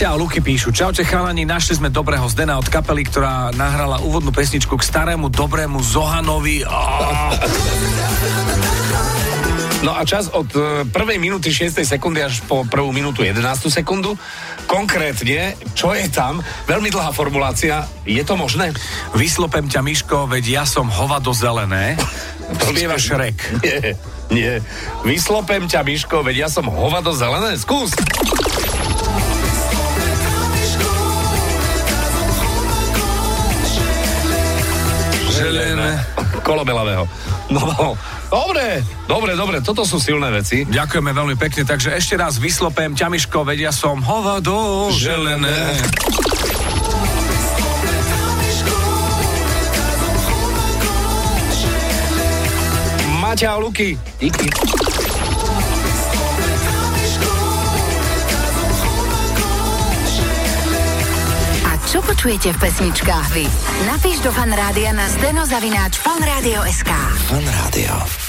Maťa a Luky píšu: Čaute chalani, našli sme dobrého Zdena od kapely, ktorá nahrala úvodnú pesničku k starému dobrému Zohanovi. No a čas od prvej minúty 6 sekundy až po prvú minútu 11 sekundu. Konkrétne, čo je tam? Veľmi dlhá formulácia. Je to možné? Vyslopem ťa, Miško, veď ja som hovado zelené. Spieva Šrek. Nie. Vyslopem ťa, Miško, veď ja som hovado zelené. Skús. Želené. Kolobelavého. No, dobre, toto sú silné veci. Ďakujeme veľmi pekne, takže ešte raz vyslopem ťa, Miško, veď ja som hovado želené. Maťa a Luky, díky. Čo počujete v pesničkách vy? Napíš do Fanrádia na zdeno@fanradio.sk. Fanrádio.